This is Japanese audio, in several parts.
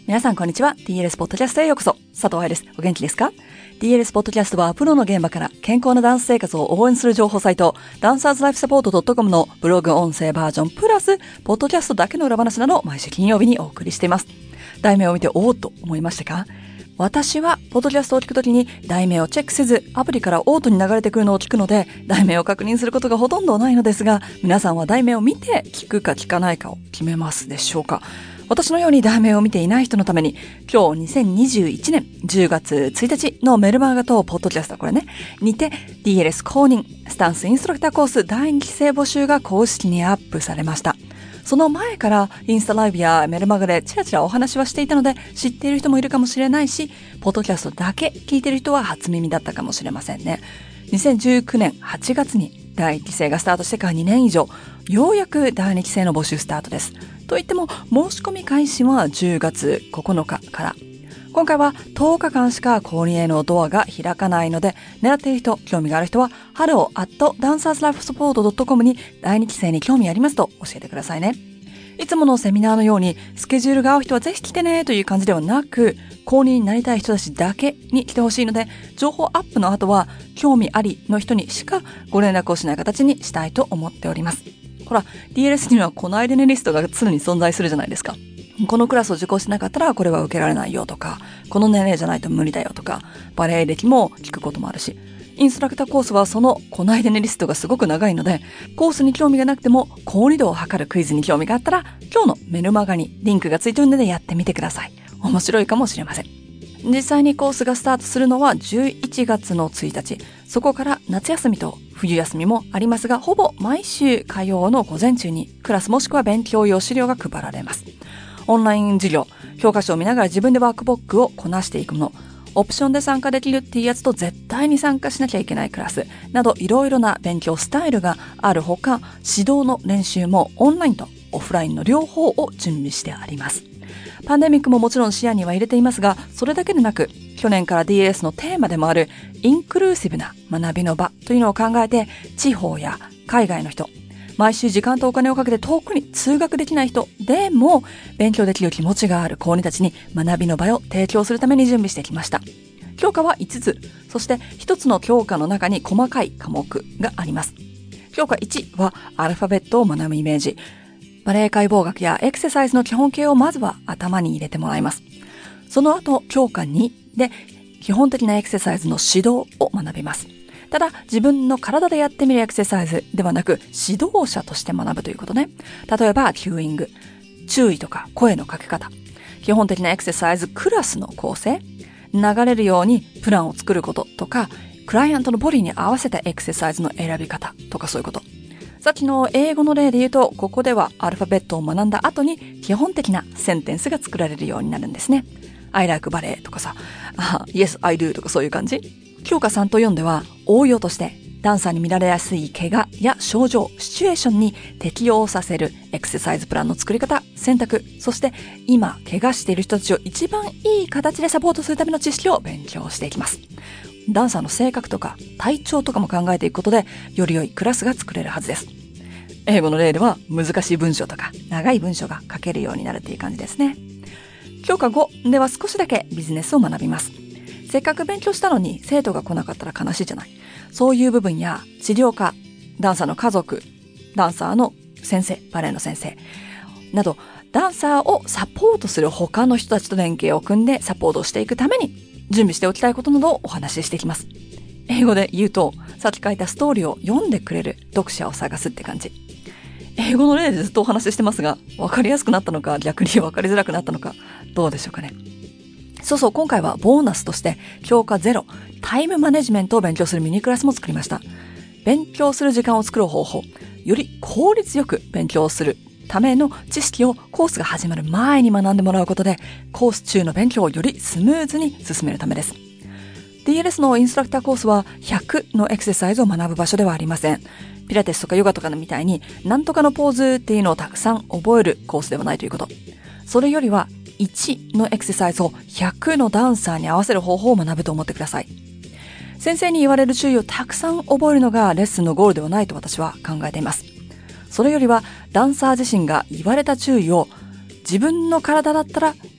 皆さんこんにちは。 DLS ポッドキャストへようこそ。佐藤愛です。お元気ですか？ DLS ポッドキャストはプロの現場から健康なダンス生活を応援する情報サイトダンサーズライフサポート .com のブログ音声バージョンプラスポッドキャストだけの裏話などを毎週金曜日にお送りしています。題名を見ておーっと思いましたか？私はポッドキャストを聞くときに題名をチェックせずアプリからオートに流れてくるのを聞くので題名を確認することがほとんどないのですが、皆さんは題名を見て聞くか聞かないかを決めますでしょうか？私のように題名を見ていない人のために今日2021年10月1日のメルマガとポッドキャストこれねにて DLS 公認スタンスインストラクターコース第2期生募集が公式にアップされました。その前からインスタライブやメルマガでチラチラお話はしていたので知っている人もいるかもしれないし、ポッドキャストだけ聞いている人は初耳だったかもしれませんね。2019年8月に第1期生がスタートしてから2年以上、ようやく第2期生の募集スタートです。といっても申し込み開始は10月9日から。今回は10日間しか公認へのドアが開かないので、狙っている人、興味がある人は hello@dancerslifesupport.com に第2期生に興味ありますと教えてくださいね。いつものセミナーのようにスケジュールが合う人はぜひ来てねという感じではなく、公認になりたい人たちだけに来てほしいので、情報アップの後は興味ありの人にしかご連絡をしない形にしたいと思っております。ほら、DLS にはこのアイデネリストが常に存在するじゃないですか。このクラスを受講しなかったらこれは受けられないよとか、この年齢じゃないと無理だよとか、バレエ歴も聞くこともあるし、インストラクターコースはそのこのアイデネリストがすごく長いので、コースに興味がなくても高2度を測るクイズに興味があったら、今日のメルマガにリンクがついてるのでやってみてください。面白いかもしれません。実際にコースがスタートするのは11月の1日。そこから夏休みと冬休みもありますが、ほぼ毎週火曜の午前中にクラスもしくは勉強用資料が配られます。オンライン授業、教科書を見ながら自分でワークブックをこなしていくもの、オプションで参加できるっていうやつと絶対に参加しなきゃいけないクラスなどいろいろな勉強スタイルがあるほか、指導の練習もオンラインとオフラインの両方を準備してあります。パンデミックももちろん視野には入れていますが、それだけでなく去年から DLS のテーマでもあるインクルーシブな学びの場というのを考えて、地方や海外の人、毎週時間とお金をかけて遠くに通学できない人でも勉強できる気持ちがある高2たちに学びの場を提供するために準備してきました。教科は5つ、そして1つの教科の中に細かい科目があります。教科1はアルファベットを学ぶイメージ。バレエ解剖学やエクササイズの基本形をまずは頭に入れてもらいます。その後、教科2で基本的なエクササイズの指導を学びます。ただ、自分の体でやってみるエクササイズではなく、指導者として学ぶということね。例えば、キューイング、注意とか声のかけ方、基本的なエクササイズクラスの構成、流れるようにプランを作ることとか、クライアントのボディに合わせたエクササイズの選び方とかそういうこと。さっきの英語の例で言うと、ここではアルファベットを学んだ後に基本的なセンテンスが作られるようになるんですね。I like ballet とかさ、Yes, I do とかそういう感じ。教科3と4では応用としてダンサーに見られやすい怪我や症状、シチュエーションに適応させるエクササイズプランの作り方、選択、そして今怪我している人たちを一番いい形でサポートするための知識を勉強していきます。ダンサーの性格とか体調とかも考えていくことでより良いクラスが作れるはずです。英語の例では難しい文章とか長い文章が書けるようになるっていう感じですね。教科5では少しだけビジネスを学びます。せっかく勉強したのに生徒が来なかったら悲しいじゃない。そういう部分や治療家、ダンサーの家族、ダンサーの先生、バレエの先生などダンサーをサポートする他の人たちと連携を組んでサポートしていくために準備しておきたいことなどをお話ししていきます。英語で言うと、さっき書いたストーリーを読んでくれる読者を探すって感じ。英語の例でずっとお話ししてますが、わかりやすくなったのか逆にわかりづらくなったのかどうでしょうかね。そう、今回はボーナスとして教科0、タイムマネジメントを勉強するミニクラスも作りました。勉強する時間を作る方法、より効率よく勉強するための知識をコースが始まる前に学んでもらうことで、コース中の勉強をよりスムーズに進めるためです。DLS のインストラクターコースは100のエクササイズを学ぶ場所ではありません。ピラティスとかヨガとかのみたいになんとかのポーズっていうのをたくさん覚えるコースではないということ。それよりは1のエクササイズを100のダンサーに合わせる方法を学ぶと思ってください。先生に言われる注意をたくさん覚えるのがレッスンのゴールではないと私は考えています。それよりはダンサー自身が言われた注意を自分の体だったら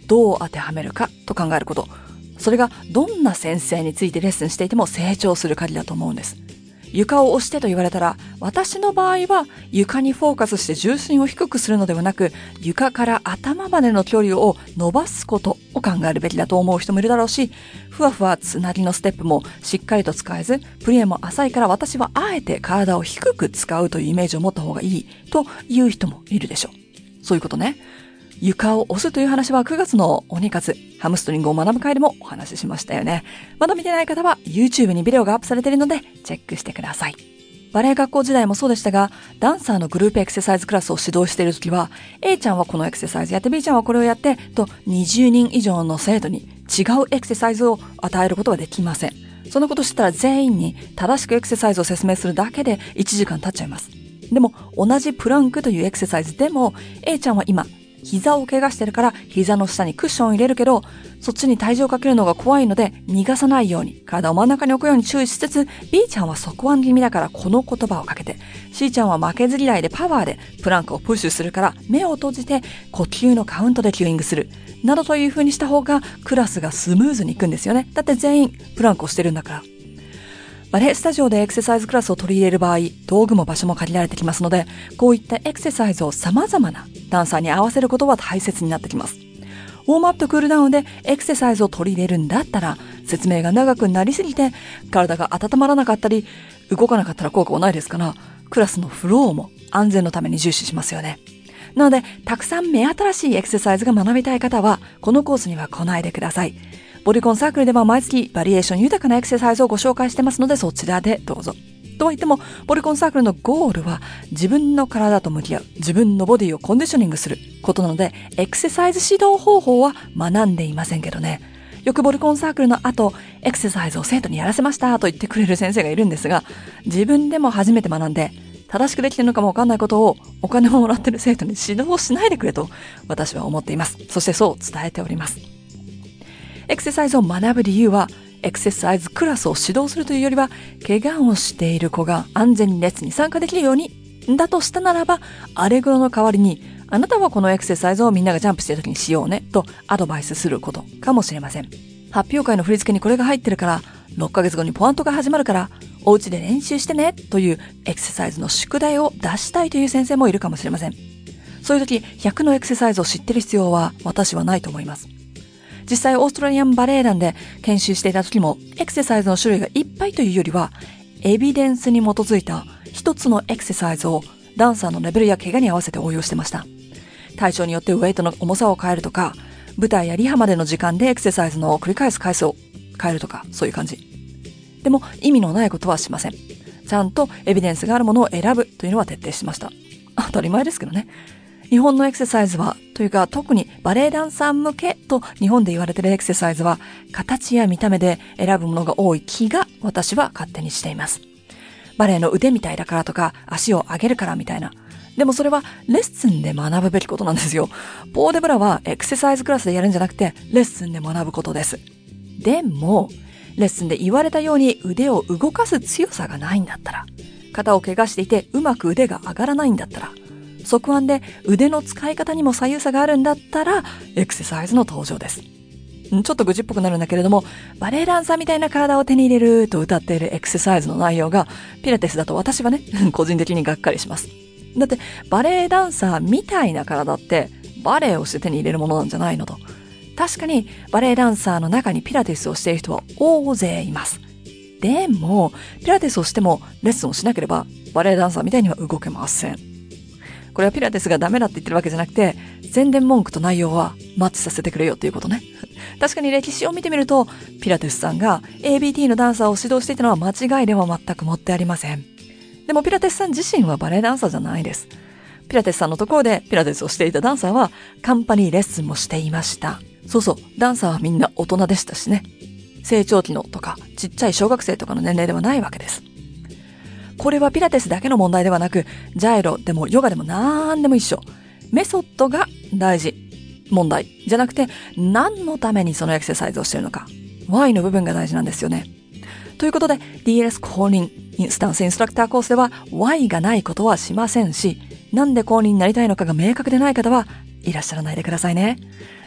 どう当てはめるかと考えること。それがどんな先生についてレッスンしていても成長する鍵だと思うんです。床を押してと言われたら、私の場合は床にフォーカスして重心を低くするのではなく、床から頭までの距離を伸ばすことを考えるべきだと思う人もいるだろうし、ふわふわつなぎのステップもしっかりと使えず、プレーも浅いから私はあえて体を低く使うというイメージを持った方がいいという人もいるでしょう。そういうことね。床を押すという話は9月の鬼活、ハムストリングを学ぶ会でもお話ししましたよね。まだ見てない方は YouTube にビデオがアップされているのでチェックしてください。バレエ学校時代もそうでしたが、ダンサーのグループエクササイズクラスを指導しているときは、A ちゃんはこのエクササイズやって B ちゃんはこれをやってと20人以上の生徒に違うエクササイズを与えることができません。そのことしたら全員に正しくエクササイズを説明するだけで1時間経っちゃいます。でも同じプランクというエクササイズでも A ちゃんは今膝を怪我してるから膝の下にクッションを入れるけど、そっちに体重をかけるのが怖いので逃がさないように体を真ん中に置くように注意しつつ、 B ちゃんは側腕気味だからこの言葉をかけて、 C ちゃんは負けず嫌いでパワーでプランクをプッシュするから目を閉じて呼吸のカウントでキューイングするなどという風にした方がクラスがスムーズにいくんですよね。だって全員プランクをしてるんだから。バレエスタジオでエクササイズクラスを取り入れる場合、道具も場所も限られてきますので、こういったエクササイズを様々なダンサーに合わせることは大切になってきます。ウォームアップとクールダウンでエクササイズを取り入れるんだったら、説明が長くなりすぎて体が温まらなかったり動かなかったら効果はないですから、クラスのフローも安全のために重視しますよね。なので、たくさん目新しいエクササイズが学びたい方はこのコースには来ないでください。ボディコンサークルでは毎月バリエーション豊かなエクササイズをご紹介してますので、そちらでどうぞ。とは言っても、ボディコンサークルのゴールは自分の体と向き合う、自分のボディをコンディショニングすることなので、エクササイズ指導方法は学んでいませんけどね。よくボディコンサークルの後、エクササイズを生徒にやらせましたと言ってくれる先生がいるんですが、自分でも初めて学んで正しくできているのかもわかんないことをお金をもらっている生徒に指導しないでくれと私は思っています。そしてそう伝えております。エクササイズを学ぶ理由は、エクササイズクラスを指導するというよりは、怪我をしている子が安全にレッスンに参加できるように、だとしたならば、アレグロの代わりに、あなたはこのエクササイズをみんながジャンプしている時にしようね、とアドバイスすることかもしれません。発表会の振り付けにこれが入ってるから、6ヶ月後にポイントが始まるから、お家で練習してね、というエクササイズの宿題を出したいという先生もいるかもしれません。そういう時、100のエクササイズを知ってる必要は私はないと思います。実際オーストラリアンバレエ団で研修していた時もエクササイズの種類がいっぱいというよりはエビデンスに基づいた一つのエクササイズをダンサーのレベルや怪我に合わせて応用してました。体調によってウェイトの重さを変えるとか、舞台やリハまでの時間でエクササイズの繰り返す回数を変えるとか、そういう感じ。でも意味のないことはしません。ちゃんとエビデンスがあるものを選ぶというのは徹底しました。当たり前ですけどね。日本のエクササイズは、というか特にバレエダンサー向けと日本で言われているエクササイズは、形や見た目で選ぶものが多い気が私は勝手にしています。バレエの腕みたいだからとか、足を上げるからみたいな。でもそれはレッスンで学ぶべきことなんですよ。ポーデブラはエクササイズクラスでやるんじゃなくて、レッスンで学ぶことです。でも、レッスンで言われたように腕を動かす強さがないんだったら、肩を怪我していてうまく腕が上がらないんだったら、側腕で腕の使い方にも左右差があるんだったら、エクササイズの登場です。ちょっと愚痴っぽくなるんだけれども、バレエダンサーみたいな体を手に入れると歌っているエクササイズの内容がピラティスだと私はね、個人的にがっかりします。だってバレエダンサーみたいな体ってバレエをして手に入れるものなんじゃないのと。確かにバレエダンサーの中にピラティスをしている人は大勢います。でもピラティスをしてもレッスンをしなければバレエダンサーみたいには動けません。これはピラティスがダメだって言ってるわけじゃなくて、宣伝文句と内容はマッチさせてくれよっていうことね。確かに歴史を見てみると、ピラティスさんが ABT のダンサーを指導していたのは間違いでは全くもってありません。でもピラティスさん自身はバレエダンサーじゃないです。ピラティスさんのところでピラティスをしていたダンサーはカンパニーレッスンもしていました。そうそう、ダンサーはみんな大人でしたしね。成長期のとかちっちゃい小学生とかの年齢ではないわけです。これはピラティスだけの問題ではなく、ジャイロでもヨガでもなんでも一緒。メソッドが大事。問題じゃなくて、何のためにそのエクササイズをしているのか。Why の部分が大事なんですよね。ということで、DLS 公認インスタンスインストラクターコースでは Why がないことはしませんし、なんで公認になりたいのかが明確でない方はいらっしゃらないでくださいね。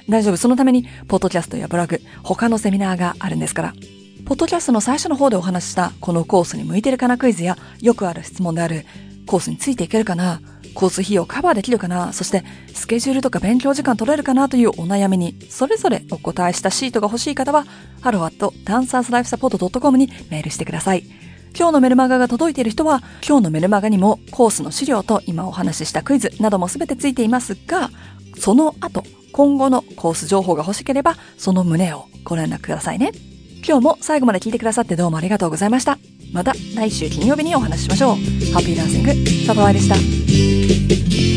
大丈夫。そのために、ポッドキャストやブログ、他のセミナーがあるんですから。ポッドキャストの最初の方でお話ししたこのコースに向いてるかなクイズや、よくある質問であるコースについていけるかな、コース費用カバーできるかな、そしてスケジュールとか勉強時間取れるかなというお悩みにそれぞれお答えしたシートが欲しい方は hello@dancerslifesupport.com にメールしてください。今日のメルマガが届いている人は今日のメルマガにもコースの資料と今お話ししたクイズなどもすべてついていますが、その後今後のコース情報が欲しければその旨をご連絡くださいね。今日も最後まで聞いてくださってどうもありがとうございました。また来週金曜日にお話ししましょう。ハッピーダンシング、佐藤愛でした。